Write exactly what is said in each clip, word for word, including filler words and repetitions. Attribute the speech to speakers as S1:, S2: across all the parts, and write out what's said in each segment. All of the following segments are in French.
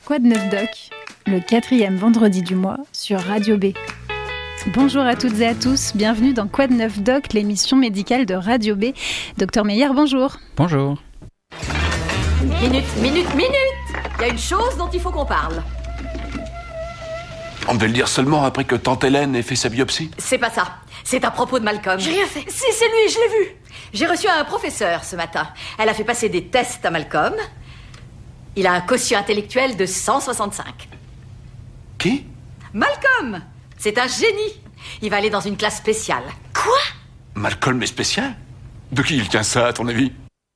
S1: Quoi de neuf doc, le quatrième vendredi du mois sur Radio B. Bonjour à toutes et à tous, bienvenue dans Quoi de neuf doc, l'émission médicale de Radio B. Docteur Meyer, bonjour.
S2: Bonjour.
S3: Minute, minute, minute! Il y a une chose dont il faut qu'on parle.
S4: On devait le dire seulement après que tante Hélène ait fait sa biopsie?
S3: C'est pas ça. C'est à propos de Malcolm.
S5: J'ai rien fait.
S3: Si, c'est lui, je l'ai vu. J'ai reçu un professeur ce matin. Elle a fait passer des tests à Malcolm. Il a un quotient intellectuel de cent soixante-cinq.
S4: Qui?
S3: Malcolm! C'est un génie. Il va aller dans une classe spéciale.
S5: Quoi?
S4: Malcolm est spécial? De qui il tient ça, à ton avis?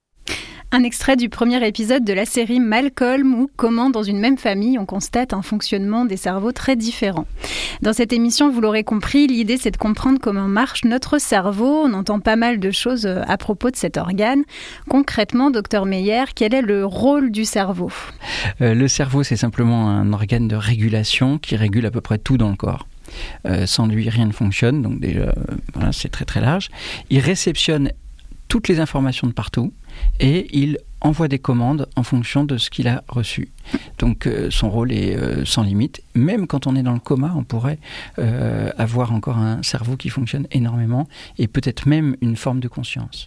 S1: Un extrait du premier épisode de la série Malcolm, où comment dans une même famille on constate un fonctionnement des cerveaux très différents. Dans cette émission, vous l'aurez compris, l'idée c'est de comprendre comment marche notre cerveau. On entend pas mal de choses à propos de cet organe. Concrètement, docteur Meyer, quel est le rôle du cerveau ?
S2: euh, Le cerveau, c'est simplement un organe de régulation qui régule à peu près tout dans le corps. Euh, sans lui, rien ne fonctionne, donc déjà, euh, voilà, c'est très très large. Il réceptionne toutes les informations de partout et il envoie des commandes en fonction de ce qu'il a reçu. Donc euh, son rôle est euh, sans limite. Même quand on est dans le coma, on pourrait euh, avoir encore un cerveau qui fonctionne énormément et peut-être même une forme de conscience.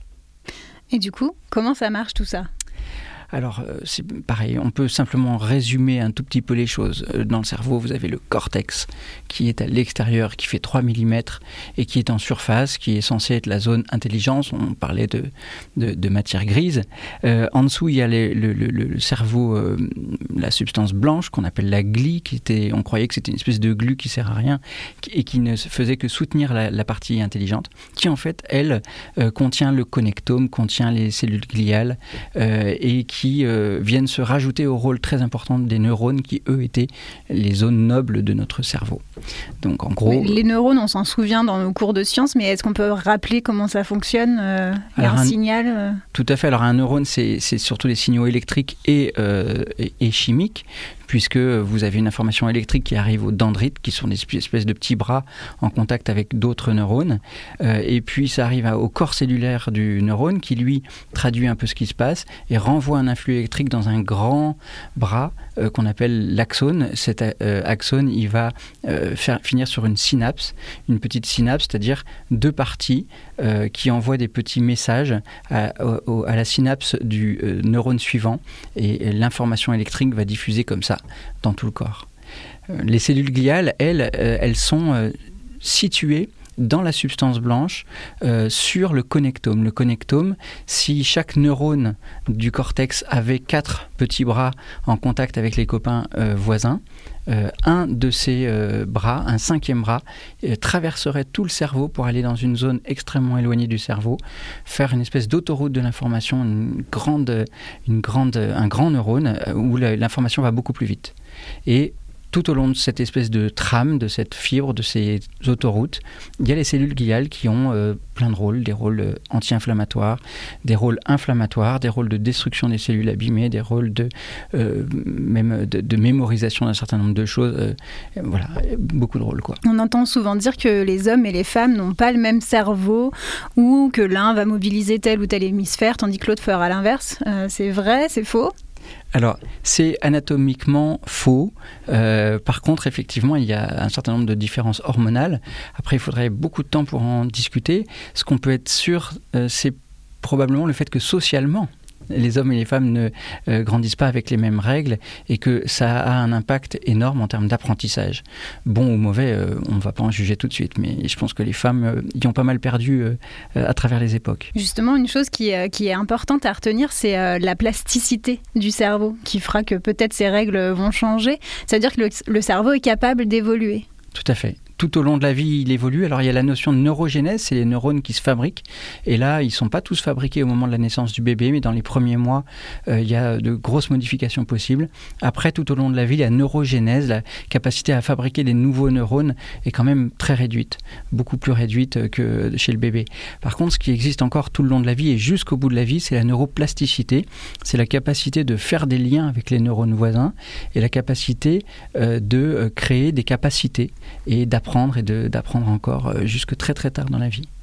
S1: Et du coup, comment ça marche tout ça ?
S2: Alors, euh, c'est pareil, on peut simplement résumer un tout petit peu les choses. Euh, dans le cerveau, vous avez le cortex qui est à l'extérieur, qui fait trois millimètres et qui est en surface, qui est censé être la zone intelligence. On parlait de, de, de matière grise. Euh, en dessous, il y a les, le, le, le cerveau, euh, la substance blanche qu'on appelle la glie, qui était, on croyait que c'était une espèce de glu qui sert à rien et qui ne faisait que soutenir la, la partie intelligente, qui en fait, elle, euh, contient le connectome, contient les cellules gliales euh, et qui qui euh, viennent se rajouter au rôle très important des neurones qui, eux, étaient les zones nobles de notre cerveau. Donc, en gros...
S1: Mais les neurones, on s'en souvient dans nos cours de sciences, mais est-ce qu'on peut rappeler comment ça fonctionne ? euh, Il y a un, un signal euh...
S2: Tout à fait. Alors, un neurone, c'est, c'est surtout des signaux électriques et, euh, et, et chimiques, puisque vous avez une information électrique qui arrive aux dendrites, qui sont des espèces de petits bras en contact avec d'autres neurones. Euh, et puis, ça arrive au corps cellulaire du neurone, qui, lui, traduit un peu ce qui se passe et renvoie un influx électrique dans un grand bras euh, qu'on appelle l'axone. Cet euh, axone, il va euh, faire, finir sur une synapse, une petite synapse, c'est-à-dire deux parties euh, qui envoient des petits messages à, à, à la synapse du euh, neurone suivant. Et, et l'information électrique va diffuser comme ça dans tout le corps. Euh, les cellules gliales, elles, euh, elles sont euh, situées dans la substance blanche, euh, sur le connectome. Le connectome, si chaque neurone du cortex avait quatre petits bras en contact avec les copains euh, voisins, euh, un de ces euh, bras, un cinquième bras, euh, traverserait tout le cerveau pour aller dans une zone extrêmement éloignée du cerveau, faire une espèce d'autoroute de l'information, une grande, une grande, un grand neurone où l'information va beaucoup plus vite. Et tout au long de cette espèce de trame, de cette fibre, de ces autoroutes, il y a les cellules gliales qui ont euh, plein de rôles, des rôles euh, anti-inflammatoires, des rôles inflammatoires, des rôles de destruction des cellules abîmées, des rôles de, euh, même de, de mémorisation d'un certain nombre de choses. Euh, voilà, beaucoup de rôles, quoi.
S1: On entend souvent dire que les hommes et les femmes n'ont pas le même cerveau ou que l'un va mobiliser tel ou tel hémisphère tandis que l'autre fera l'inverse. Euh, c'est vrai, c'est faux ?
S2: Alors, c'est anatomiquement faux. Euh, par contre, effectivement, il y a un certain nombre de différences hormonales. Après, il faudrait beaucoup de temps pour en discuter. Ce qu'on peut être sûr, euh, c'est probablement le fait que socialement, les hommes et les femmes ne euh, grandissent pas avec les mêmes règles et que ça a un impact énorme en termes d'apprentissage. Bon ou mauvais, euh, on ne va pas en juger tout de suite, mais je pense que les femmes euh, y ont pas mal perdu euh, à travers les époques.
S1: Justement, une chose qui, euh, qui est importante à retenir, c'est euh, la plasticité du cerveau, qui fera que peut-être ces règles vont changer. Ça veut dire que le, le cerveau est capable d'évoluer.
S2: Tout à fait. Tout au long de la vie, il évolue. Alors, il y a la notion de neurogénèse, c'est les neurones qui se fabriquent. Et là, ils ne sont pas tous fabriqués au moment de la naissance du bébé, mais dans les premiers mois, euh, il y a de grosses modifications possibles. Après, tout au long de la vie, la neurogénèse, la capacité à fabriquer des nouveaux neurones est quand même très réduite, beaucoup plus réduite que chez le bébé. Par contre, ce qui existe encore tout le long de la vie et jusqu'au bout de la vie, c'est la neuroplasticité. C'est la capacité de faire des liens avec les neurones voisins et la capacité euh, de euh, créer des capacités et d'apprendre et de, d'apprendre encore jusque très très tard dans la vie.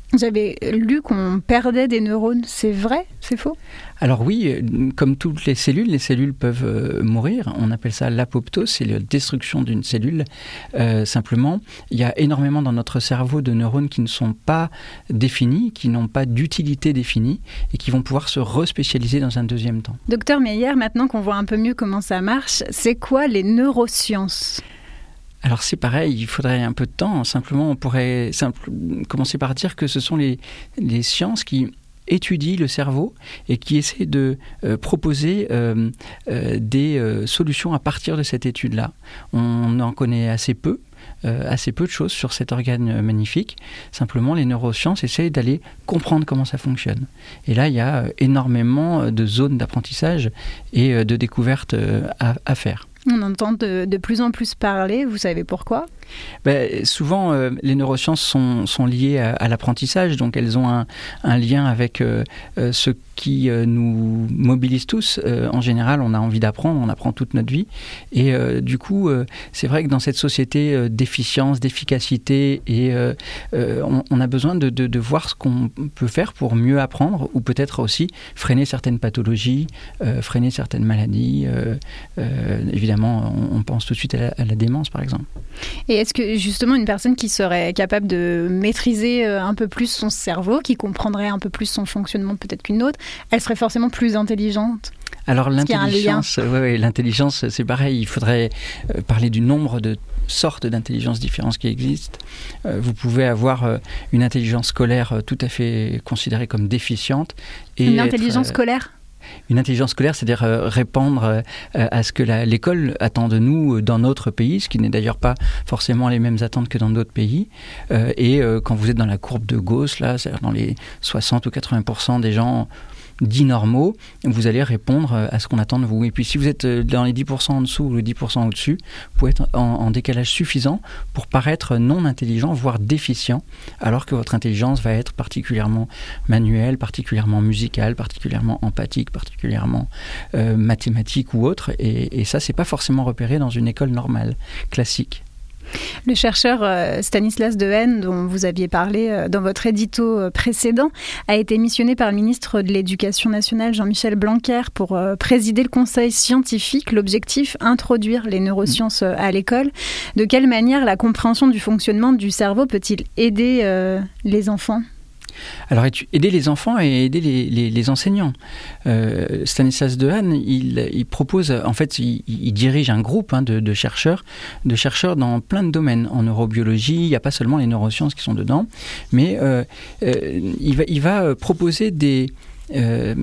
S1: J'avais lu qu'on perdait des neurones. C'est vrai? C'est faux?
S2: Alors oui, comme toutes les cellules, les cellules peuvent euh, mourir. On appelle ça l'apoptose, c'est la destruction d'une cellule. Euh, simplement, il y a énormément dans notre cerveau de neurones qui ne sont pas définis, qui n'ont pas d'utilité définie et qui vont pouvoir se respécialiser dans un deuxième temps.
S1: Docteur Meyer, maintenant qu'on voit un peu mieux comment ça marche, c'est quoi les neurosciences?
S2: Alors c'est pareil, il faudrait un peu de temps. Simplement, on pourrait simple, commencer par dire que ce sont les, les sciences qui étudient le cerveau et qui essaient de euh, proposer euh, euh, des euh, solutions à partir de cette étude-là. On en connaît assez peu. Euh, assez peu de choses sur cet organe magnifique. Simplement, les neurosciences essayent d'aller comprendre comment ça fonctionne. Et là, il y a énormément de zones d'apprentissage et de découvertes à, à faire.
S1: On entend de, de plus en plus parler, vous savez pourquoi?
S2: Ben, souvent, euh, les neurosciences sont, sont liées à, à l'apprentissage, donc elles ont un, un lien avec euh, euh, ce qui euh, nous mobilise tous. Euh, en général, on a envie d'apprendre, on apprend toute notre vie. Et euh, du coup, euh, c'est vrai que dans cette société euh, d'efficience, d'efficacité, et euh, euh, on, on a besoin de, de, de voir ce qu'on peut faire pour mieux apprendre, ou peut-être aussi freiner certaines pathologies, euh, freiner certaines maladies. Euh, euh, évidemment, on, on pense tout de suite à la, à la démence, par exemple.
S1: Et est-ce que justement une personne qui serait capable de maîtriser un peu plus son cerveau, qui comprendrait un peu plus son fonctionnement peut-être qu'une autre, elle serait forcément plus intelligente?
S2: Alors l'intelligence, ouais, ouais, l'intelligence, c'est pareil. Il faudrait euh, parler du nombre de sortes d'intelligence différentes qui existent. Euh, vous pouvez avoir euh, une intelligence scolaire euh, tout à fait considérée comme déficiente. Et
S1: une intelligence
S2: être, euh,
S1: scolaire?
S2: Une intelligence scolaire, c'est-à-dire euh, répondre euh, à ce que la, l'école attend de nous dans notre pays, ce qui n'est d'ailleurs pas forcément les mêmes attentes que dans d'autres pays. Euh, et euh, quand vous êtes dans la courbe de Gauss, là, c'est-à-dire dans les soixante ou quatre-vingts pour cent des gens dits normaux, vous allez répondre à ce qu'on attend de vous. Et puis si vous êtes dans les dix pour cent en dessous ou les dix pour cent au-dessus, vous pouvez être en, en décalage suffisant pour paraître non intelligent, voire déficient, alors que votre intelligence va être particulièrement manuelle, particulièrement musicale, particulièrement empathique, particulièrement euh, mathématique ou autre. Et, et ça, c'est pas forcément repéré dans une école normale, classique.
S1: Le chercheur euh, Stanislas Dehaene, dont vous aviez parlé euh, dans votre édito euh, précédent, a été missionné par le ministre de l'Éducation nationale, Jean-Michel Blanquer, pour euh, présider le conseil scientifique. L'objectif, introduire les neurosciences euh, à l'école. De quelle manière la compréhension du fonctionnement du cerveau peut-il aider euh, les enfants ?
S2: Alors, aider les enfants et aider les, les, les enseignants. Euh, Stanislas Dehaene, il, il propose, en fait, il, il dirige un groupe hein, de, de chercheurs, de chercheurs dans plein de domaines. En neurobiologie, il n'y a pas seulement les neurosciences qui sont dedans, mais euh, euh, il, va, il va proposer des... Euh,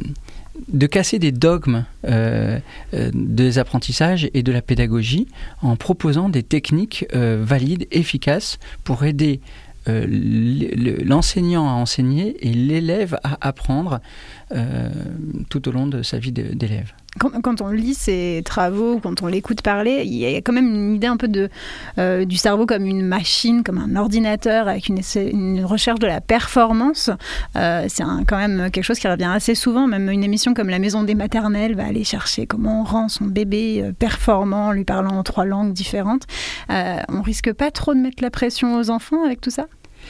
S2: de casser des dogmes euh, euh, des apprentissages et de la pédagogie en proposant des techniques euh, valides, efficaces pour aider Euh, l'enseignant à enseigner et l'élève à apprendre euh, tout au long de sa vie d'élève.
S1: Quand, quand on lit ces travaux, quand on l'écoute parler, il y a quand même une idée un peu de, euh, du cerveau comme une machine, comme un ordinateur, avec une, une recherche de la performance. Euh, c'est un, quand même quelque chose qui revient assez souvent. Même une émission comme La Maison des Maternelles va aller chercher comment on rend son bébé performant, lui parlant en trois langues différentes. Euh, on risque pas trop de mettre la pression aux enfants avec tout ça ?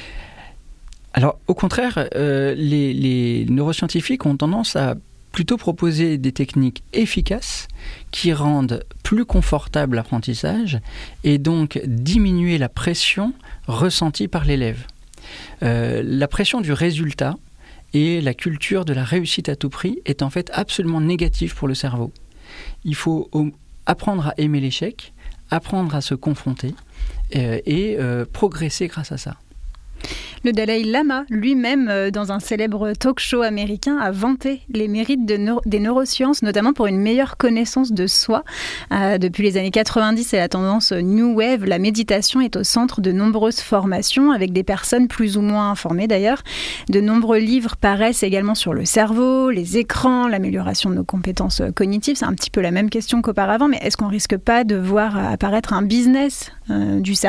S2: Alors, au contraire, euh, les, les neuroscientifiques ont tendance à plutôt proposer des techniques efficaces qui rendent plus confortable l'apprentissage et donc diminuer la pression ressentie par l'élève. Euh, la pression du résultat et la culture de la réussite à tout prix est en fait absolument négative pour le cerveau. Il faut apprendre à aimer l'échec, apprendre à se confronter euh, et euh, progresser grâce à ça.
S1: Le Dalai Lama, lui-même, dans un célèbre talk-show américain, a vanté les mérites de neuro- des neurosciences, notamment pour une meilleure connaissance de soi. Euh, depuis les années quatre-vingt-dix et la tendance New Wave, la méditation est au centre de nombreuses formations, avec des personnes plus ou moins informées d'ailleurs. De nombreux livres paraissent également sur le cerveau, les écrans, l'amélioration de nos compétences cognitives. C'est un petit peu la même question qu'auparavant, mais est-ce qu'on risque pas de voir apparaître un business euh, du cerveau ?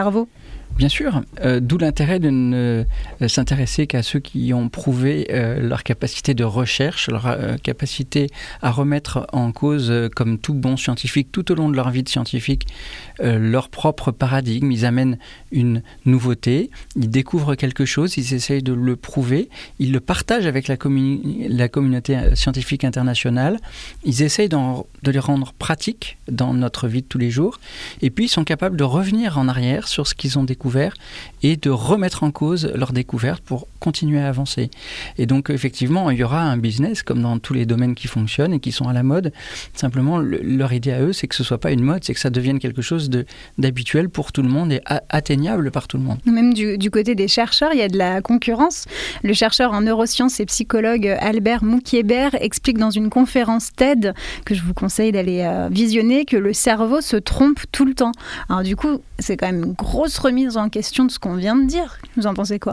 S2: Bien sûr, euh, d'où l'intérêt de ne euh, s'intéresser qu'à ceux qui ont prouvé euh, leur capacité de recherche, leur euh, capacité à remettre en cause, euh, comme tout bon scientifique, tout au long de leur vie de scientifique, euh, leur propre paradigme. Ils amènent une nouveauté, ils découvrent quelque chose, ils essayent de le prouver, ils le partagent avec la, communi- la communauté scientifique internationale, ils essayent d'en, de les rendre pratiques dans notre vie de tous les jours, et puis ils sont capables de revenir en arrière sur ce qu'ils ont découvert et de remettre en cause leurs découvertes pour continuer à avancer. Et donc, effectivement, il y aura un business, comme dans tous les domaines qui fonctionnent et qui sont à la mode. Simplement, le, leur idée à eux, c'est que ce ne soit pas une mode, c'est que ça devienne quelque chose de, d'habituel pour tout le monde et a, atteignable par tout le monde.
S1: Même du, du côté des chercheurs, il y a de la concurrence. Le chercheur en neurosciences et psychologue Albert Moukiébert explique dans une conférence TED, que je vous conseille d'aller euh, visionner, que le cerveau se trompe tout le temps. Alors du coup, c'est quand même une grosse remise en question de ce qu'on vient de dire. Vous en pensez quoi ?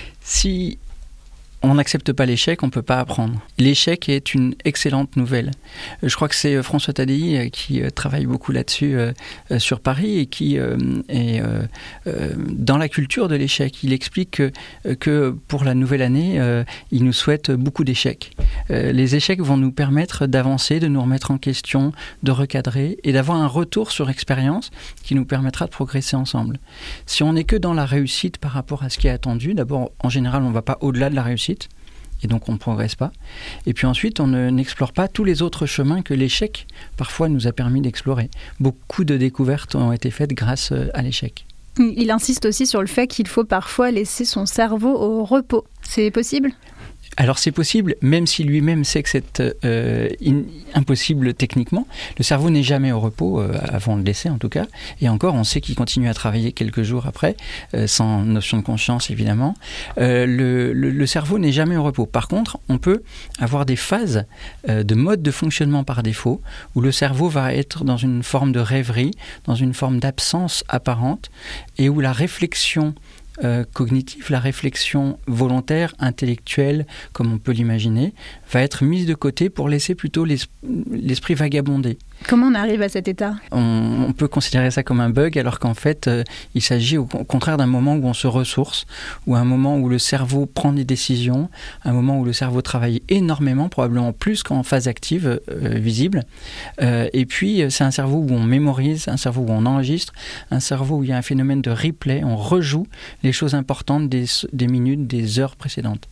S2: Si on n'accepte pas l'échec, on ne peut pas apprendre. L'échec est une excellente nouvelle. Je crois que c'est François Tadei qui travaille beaucoup là-dessus euh, sur Paris et qui euh, est euh, euh, dans la culture de l'échec. Il explique que, que pour la nouvelle année, euh, il nous souhaite beaucoup d'échecs. Euh, les échecs vont nous permettre d'avancer, de nous remettre en question, de recadrer et d'avoir un retour sur expérience qui nous permettra de progresser ensemble. Si on n'est que dans la réussite par rapport à ce qui est attendu, d'abord, en général, on ne va pas au-delà de la réussite. Et donc on ne progresse pas. Et puis ensuite, on ne, n'explore pas tous les autres chemins que l'échec, parfois, nous a permis d'explorer. Beaucoup de découvertes ont été faites grâce à l'échec.
S1: Il insiste aussi sur le fait qu'il faut parfois laisser son cerveau au repos. C'est possible ?
S2: Alors c'est possible, même si lui-même sait que c'est euh, in, impossible techniquement. Le cerveau n'est jamais au repos, euh, avant le décès en tout cas. Et encore, on sait qu'il continue à travailler quelques jours après, euh, sans notion de conscience évidemment. Euh, le, le, le cerveau n'est jamais au repos. Par contre, on peut avoir des phases euh, de mode de fonctionnement par défaut, où le cerveau va être dans une forme de rêverie, dans une forme d'absence apparente, et où la réflexion Euh, cognitive, la réflexion volontaire, intellectuelle, comme on peut l'imaginer, va être mise de côté pour laisser plutôt l'es- l'esprit vagabonder.
S1: Comment on arrive à cet état ?
S2: on, on peut considérer ça comme un bug, alors qu'en fait, euh, il s'agit au, au contraire d'un moment où on se ressource, ou un moment où le cerveau prend des décisions, un moment où le cerveau travaille énormément, probablement plus qu'en phase active euh, visible. Euh, et puis, c'est un cerveau où on mémorise, un cerveau où on enregistre, un cerveau où il y a un phénomène de replay, on rejoue les choses importantes des, des minutes, des heures précédentes.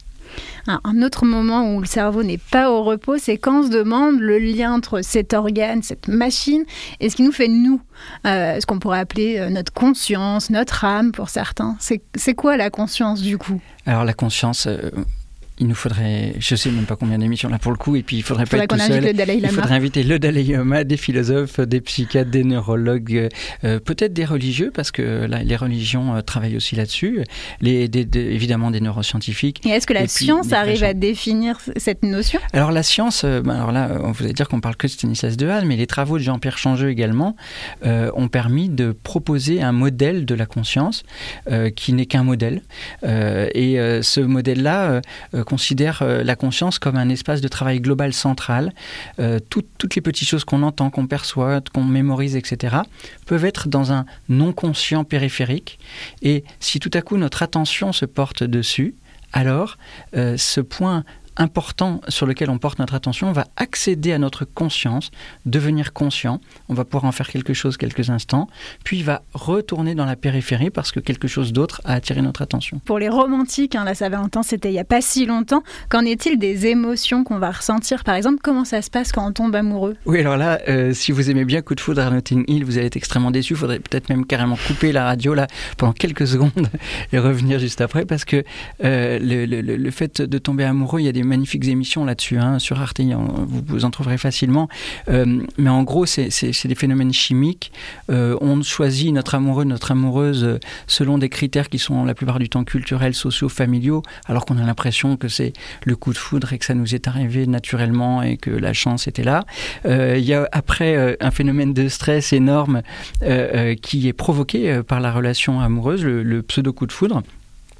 S1: Un autre moment où le cerveau n'est pas au repos, c'est quand on se demande le lien entre cet organe, cette machine, et ce qui nous fait nous. Euh, ce qu'on pourrait appeler notre conscience, notre âme pour certains. C'est, c'est quoi la conscience du coup ? Alors
S2: la conscience... Euh... Il nous faudrait, je ne sais même pas combien d'émissions là pour le coup, et puis il ne faudrait, faudrait pas être tout seul. Il faudrait inviter le Dalai Lama, des philosophes, des psychiatres, des neurologues, euh, peut-être des religieux, parce que là, les religions euh, travaillent aussi là-dessus, les, des, des, évidemment des neuroscientifiques.
S1: Et est-ce que la science arrive à définir cette notion ?
S2: Alors la science, euh, ben alors là, on vous allez dire qu'on parle que de Stanislas Dehaene, mais les travaux de Jean-Pierre Changeux également euh, ont permis de proposer un modèle de la conscience euh, qui n'est qu'un modèle. Euh, et euh, ce modèle-là euh, considère euh, la conscience comme un espace de travail global central. Euh, tout, toutes les petites choses qu'on entend, qu'on perçoit, qu'on mémorise, et cetera, peuvent être dans un non-conscient périphérique. Et si tout à coup notre attention se porte dessus, alors euh, ce point important sur lequel on porte notre attention va accéder à notre conscience, devenir conscient, on va pouvoir en faire quelque chose quelques instants, puis il va retourner dans la périphérie parce que quelque chose d'autre a attiré notre attention.
S1: Pour les romantiques, hein, la Saint-Valentin c'était il n'y a pas si longtemps, qu'en est-il des émotions qu'on va ressentir par exemple ? Comment ça se passe quand on tombe amoureux ?
S2: Oui, alors là, euh, si vous aimez bien Coup de foudre à Notting Hill, vous allez être extrêmement déçu, il faudrait peut-être même carrément couper la radio là pendant quelques secondes et revenir juste après parce que euh, le, le, le fait de tomber amoureux, il y a des magnifiques émissions là-dessus, hein, sur Arte, vous, vous en trouverez facilement. Euh, mais en gros, c'est, c'est, c'est des phénomènes chimiques. Euh, on choisit notre amoureux, notre amoureuse euh, selon des critères qui sont la plupart du temps culturels, sociaux, familiaux, alors qu'on a l'impression que c'est le coup de foudre et que ça nous est arrivé naturellement et que la chance était là. Euh, il y a après euh, un phénomène de stress énorme euh, euh, qui est provoqué euh, par la relation amoureuse, le, le pseudo coup de foudre.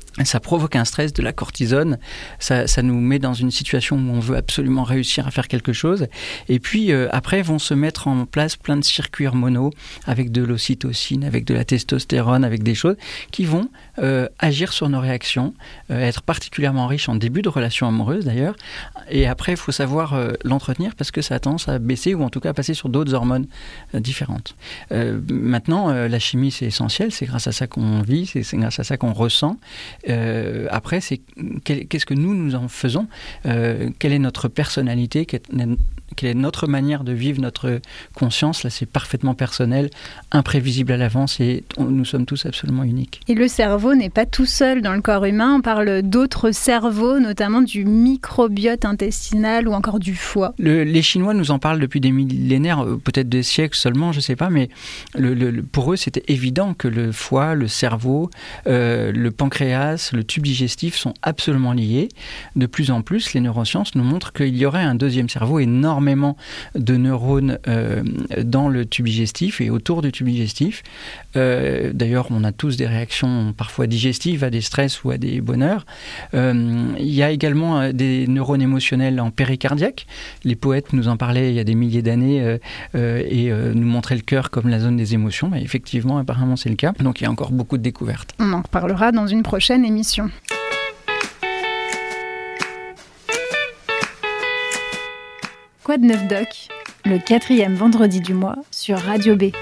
S2: Ça provoque un stress, de la cortisone, ça, ça nous met dans une situation où on veut absolument réussir à faire quelque chose. Et puis euh, après vont se mettre en place plein de circuits hormonaux avec de l'ocytocine, avec de la testostérone, avec des choses qui vont euh, agir sur nos réactions, euh, être particulièrement riches en début de relation amoureuse d'ailleurs. Et après, il faut savoir euh, l'entretenir parce que ça a tendance à baisser ou en tout cas à passer sur d'autres hormones euh, différentes. Euh, maintenant, euh, la chimie, c'est essentiel, c'est grâce à ça qu'on vit, c'est, c'est grâce à ça qu'on ressent. Euh, après, c'est qu'est-ce que nous, nous en faisons, euh, quelle est notre personnalité, quelle est notre manière de vivre notre conscience. Là, c'est parfaitement personnel, imprévisible à l'avance et on, nous sommes tous absolument uniques.
S1: Et le cerveau n'est pas tout seul dans le corps humain. On parle d'autres cerveaux, notamment du microbiote intestinal ou encore du foie.
S2: Le, les Chinois nous en parlent depuis des millénaires, peut-être des siècles seulement, je ne sais pas, mais le, le, pour eux, c'était évident que le foie, le cerveau, euh, le pancréas, le tube digestif sont absolument liés. De plus en plus, les neurosciences nous montrent qu'il y aurait un deuxième cerveau, énormément de neurones euh, dans le tube digestif et autour du tube digestif. Euh, d'ailleurs, on a tous des réactions parfois digestives à des stress ou à des bonheurs. Euh, il y a également des neurones émotionnels en péricardiaque. Les poètes nous en parlaient il y a des milliers d'années euh, euh, et euh, nous montraient le cœur comme la zone des émotions. Mais effectivement, apparemment, c'est le cas. Donc, il y a encore beaucoup de découvertes.
S1: On en reparlera dans une prochaine émission. Quoi de neuf doc, le quatrième vendredi du mois sur Radio B.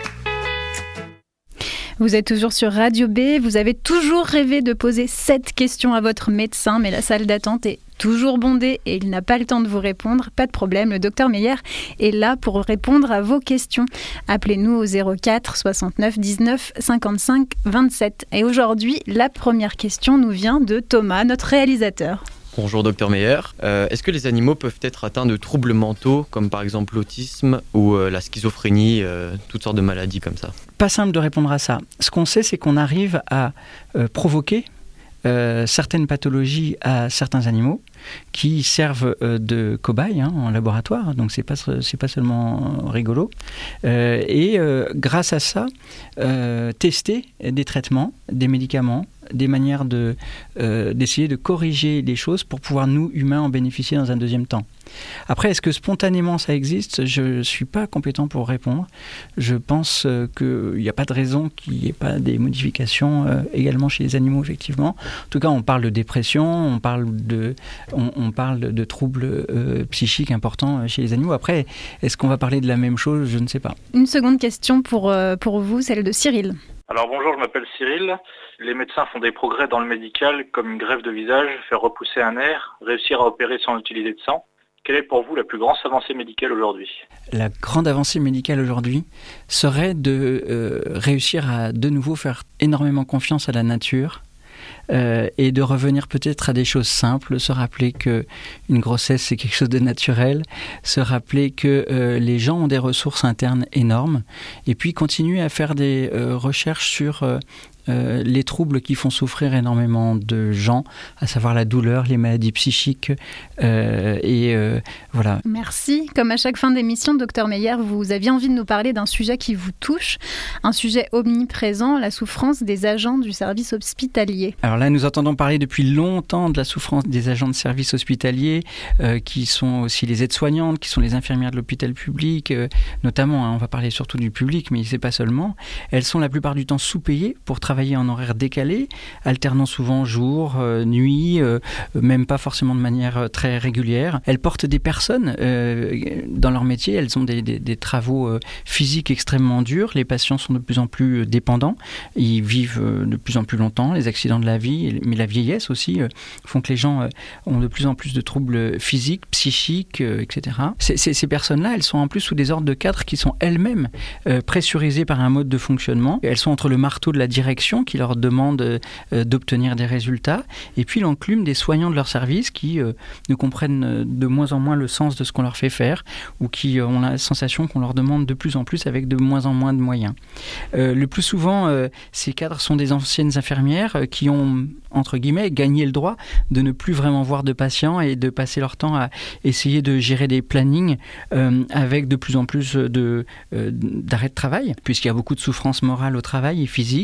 S1: Vous êtes toujours sur Radio B, vous avez toujours rêvé de poser sept questions à votre médecin, mais la salle d'attente est toujours bondée et il n'a pas le temps de vous répondre. Pas de problème, le docteur Meyer est là pour répondre à vos questions. Appelez-nous au zéro quatre soixante-neuf dix-neuf cinquante-cinq vingt-sept. Et aujourd'hui, la première question nous vient de Thomas, notre réalisateur.
S5: Bonjour docteur Meyer. Euh, est-ce que les animaux peuvent être atteints de troubles mentaux, comme par exemple l'autisme ou euh, la schizophrénie, euh, toutes sortes de maladies comme ça?
S2: Pas simple de répondre à ça. Ce qu'on sait, c'est qu'on arrive à euh, provoquer euh, certaines pathologies à certains animaux qui servent euh, de cobayes hein, en laboratoire, donc c'est pas, c'est pas seulement rigolo. Euh, et euh, grâce à ça, euh, tester des traitements, des médicaments, des manières de, euh, d'essayer de corriger les choses pour pouvoir, nous, humains, en bénéficier dans un deuxième temps. Après, est-ce que spontanément ça existe ? Je ne suis pas compétent pour répondre. Je pense euh, qu'il n'y a pas de raison qu'il n'y ait pas des modifications euh, également chez les animaux, effectivement. En tout cas, on parle de dépression, on parle de, on, on parle de troubles euh, psychiques importants chez les animaux. Après, est-ce qu'on va parler de la même chose ? Je ne sais pas.
S1: Une seconde question pour, euh, pour vous, celle de Cyril.
S6: Alors bonjour, je m'appelle Cyril. Les médecins font des progrès dans le médical, comme une greffe de visage, faire repousser un nerf, réussir à opérer sans utiliser de sang. Quelle est pour vous la plus grande avancée médicale aujourd'hui ?
S2: La grande avancée médicale aujourd'hui serait de euh, réussir à de nouveau faire énormément confiance à la nature euh, et de revenir peut-être à des choses simples, se rappeler qu'une grossesse c'est quelque chose de naturel, se rappeler que euh, les gens ont des ressources internes énormes et puis continuer à faire des euh, recherches sur euh, Euh, les troubles qui font souffrir énormément de gens, à savoir la douleur, les maladies psychiques euh, et euh, voilà.
S1: Merci. Comme à chaque fin d'émission, docteur Meyer, vous aviez envie de nous parler d'un sujet qui vous touche, un sujet omniprésent, la souffrance des agents du service hospitalier.
S2: Alors là, nous entendons parler depuis longtemps de la souffrance des agents de service hospitalier, euh, qui sont aussi les aides-soignantes, qui sont les infirmières de l'hôpital public, euh, notamment, hein, on va parler surtout du public, mais c'est pas seulement. Elles sont la plupart du temps sous-payées pour travailler en horaire décalé, alternant souvent jour, euh, nuit, euh, même pas forcément de manière très régulière. Elles portent des personnes euh, dans leur métier, elles ont des, des, des travaux euh, physiques extrêmement durs, les patients sont de plus en plus dépendants, ils vivent euh, de plus en plus longtemps, les accidents de la vie, mais la vieillesse aussi euh, font que les gens euh, ont de plus en plus de troubles physiques, psychiques, euh, et cetera. Ces, ces, ces personnes-là, elles sont en plus sous des ordres de cadres qui sont elles-mêmes euh, pressurisées par un mode de fonctionnement. Elles sont entre le marteau de la direction qui leur demande euh, d'obtenir des résultats et puis l'enclume des soignants de leur service qui euh, ne comprennent de moins en moins le sens de ce qu'on leur fait faire ou qui euh, ont la sensation qu'on leur demande de plus en plus avec de moins en moins de moyens. Euh, le plus souvent, euh, ces cadres sont des anciennes infirmières euh, qui ont, entre guillemets, gagné le droit de ne plus vraiment voir de patients et de passer leur temps à essayer de gérer des plannings euh, avec de plus en plus de, euh, d'arrêts de travail, puisqu'il y a beaucoup de souffrance morale au travail et physique.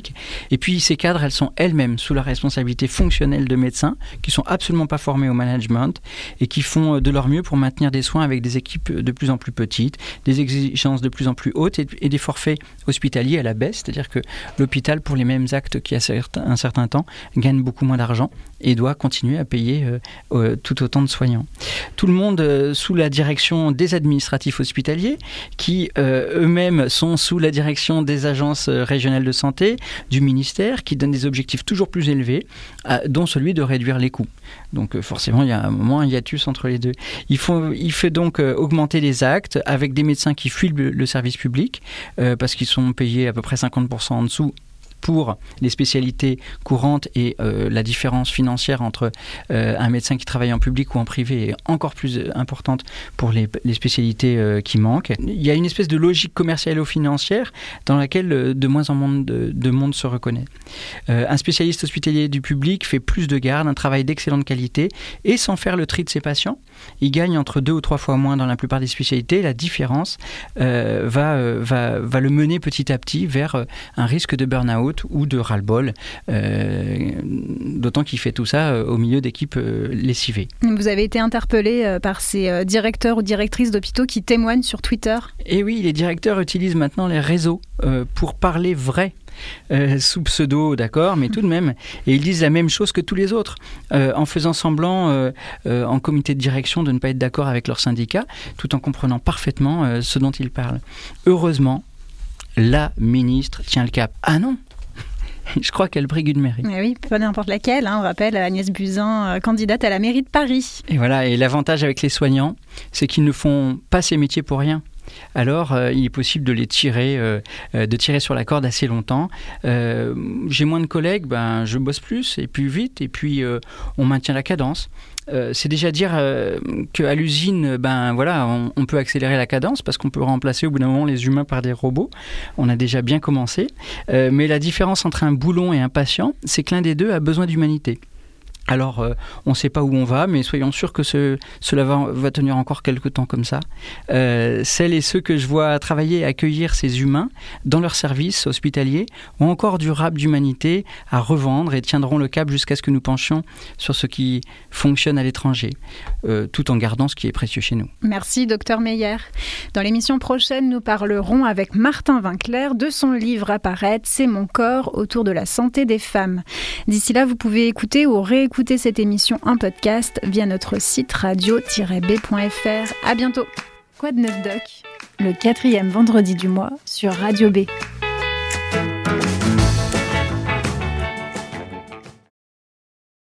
S2: Et puis ces cadres, elles sont elles-mêmes sous la responsabilité fonctionnelle de médecins qui sont absolument pas formés au management et qui font de leur mieux pour maintenir des soins avec des équipes de plus en plus petites, des exigences de plus en plus hautes et, et des forfaits hospitaliers à la baisse, c'est-à-dire que l'hôpital, pour les mêmes actes qu'il y a un certain temps, gagne beaucoup moins d'argent et doit continuer à payer euh, euh, tout autant de soignants. Tout le monde euh, sous la direction des administratifs hospitaliers qui euh, eux-mêmes sont sous la direction des agences régionales de santé, du ministère, qui donnent des objectifs toujours plus élevés, euh, dont celui de réduire les coûts. Donc euh, forcément, il y a un moment un hiatus entre les deux. Il faut, il fait donc euh, augmenter les actes avec des médecins qui fuient le, le service public euh, parce qu'ils sont payés à peu près cinquante pour cent en dessous pour les spécialités courantes et euh, la différence financière entre euh, un médecin qui travaille en public ou en privé est encore plus importante pour les, les spécialités euh, qui manquent. Il y a une espèce de logique commerciale ou financière dans laquelle euh, de moins en moins de, de monde se reconnaît. Euh, un spécialiste hospitalier du public fait plus de garde, un travail d'excellente qualité et sans faire le tri de ses patients. Il gagne entre deux ou trois fois moins dans la plupart des spécialités. La différence euh, va, euh, va, va le mener petit à petit vers euh, un risque de burn-out ou de ras-le-bol, euh, d'autant qu'il fait tout ça euh, au milieu d'équipes euh, lessivées.
S1: Vous avez été interpellé euh, par ces euh, directeurs ou directrices d'hôpitaux qui témoignent sur Twitter.
S2: Et oui, les directeurs utilisent maintenant les réseaux euh, pour parler vrai. Euh, sous pseudo, d'accord, mais tout de même. Et ils disent la même chose que tous les autres, euh, en faisant semblant, euh, euh, en comité de direction, de ne pas être d'accord avec leur syndicat, tout en comprenant parfaitement euh, ce dont ils parlent. Heureusement, la ministre tient le cap. Ah non, je crois qu'elle brigue une mairie.
S1: Eh oui, pas n'importe laquelle. Hein. On rappelle Agnès Buzyn, euh, candidate à la mairie de Paris.
S2: Et voilà, et l'avantage avec les soignants, c'est qu'ils ne font pas ces métiers pour rien. Alors, euh, il est possible de les tirer, euh, de tirer sur la corde assez longtemps. Euh, j'ai moins de collègues, ben, je bosse plus et plus vite, et puis euh, on maintient la cadence. Euh, c'est déjà dire euh, qu'à l'usine, ben, voilà, on, on peut accélérer la cadence parce qu'on peut remplacer au bout d'un moment les humains par des robots. On a déjà bien commencé. Euh, mais la différence entre un boulon et un patient, c'est que l'un des deux a besoin d'humanité. Alors, euh, on ne sait pas où on va, mais soyons sûrs que ce, cela va, va tenir encore quelques temps comme ça. Euh, celles et ceux que je vois travailler et accueillir ces humains dans leurs services hospitaliers ont encore du rap d'humanité à revendre et tiendront le cap jusqu'à ce que nous penchions sur ce qui fonctionne à l'étranger, euh, tout en gardant ce qui est précieux chez nous.
S1: Merci, docteur Meyer. Dans l'émission prochaine, nous parlerons avec Martin Winkler de son livre à paraître « C'est mon corps » autour de la santé des femmes. D'ici là, vous pouvez écouter ou réécouter Écoutez cette émission en podcast via notre site radio tiret b point f r. À bientôt. Quoi de neuf, doc ? Le quatrième vendredi du mois sur Radio B.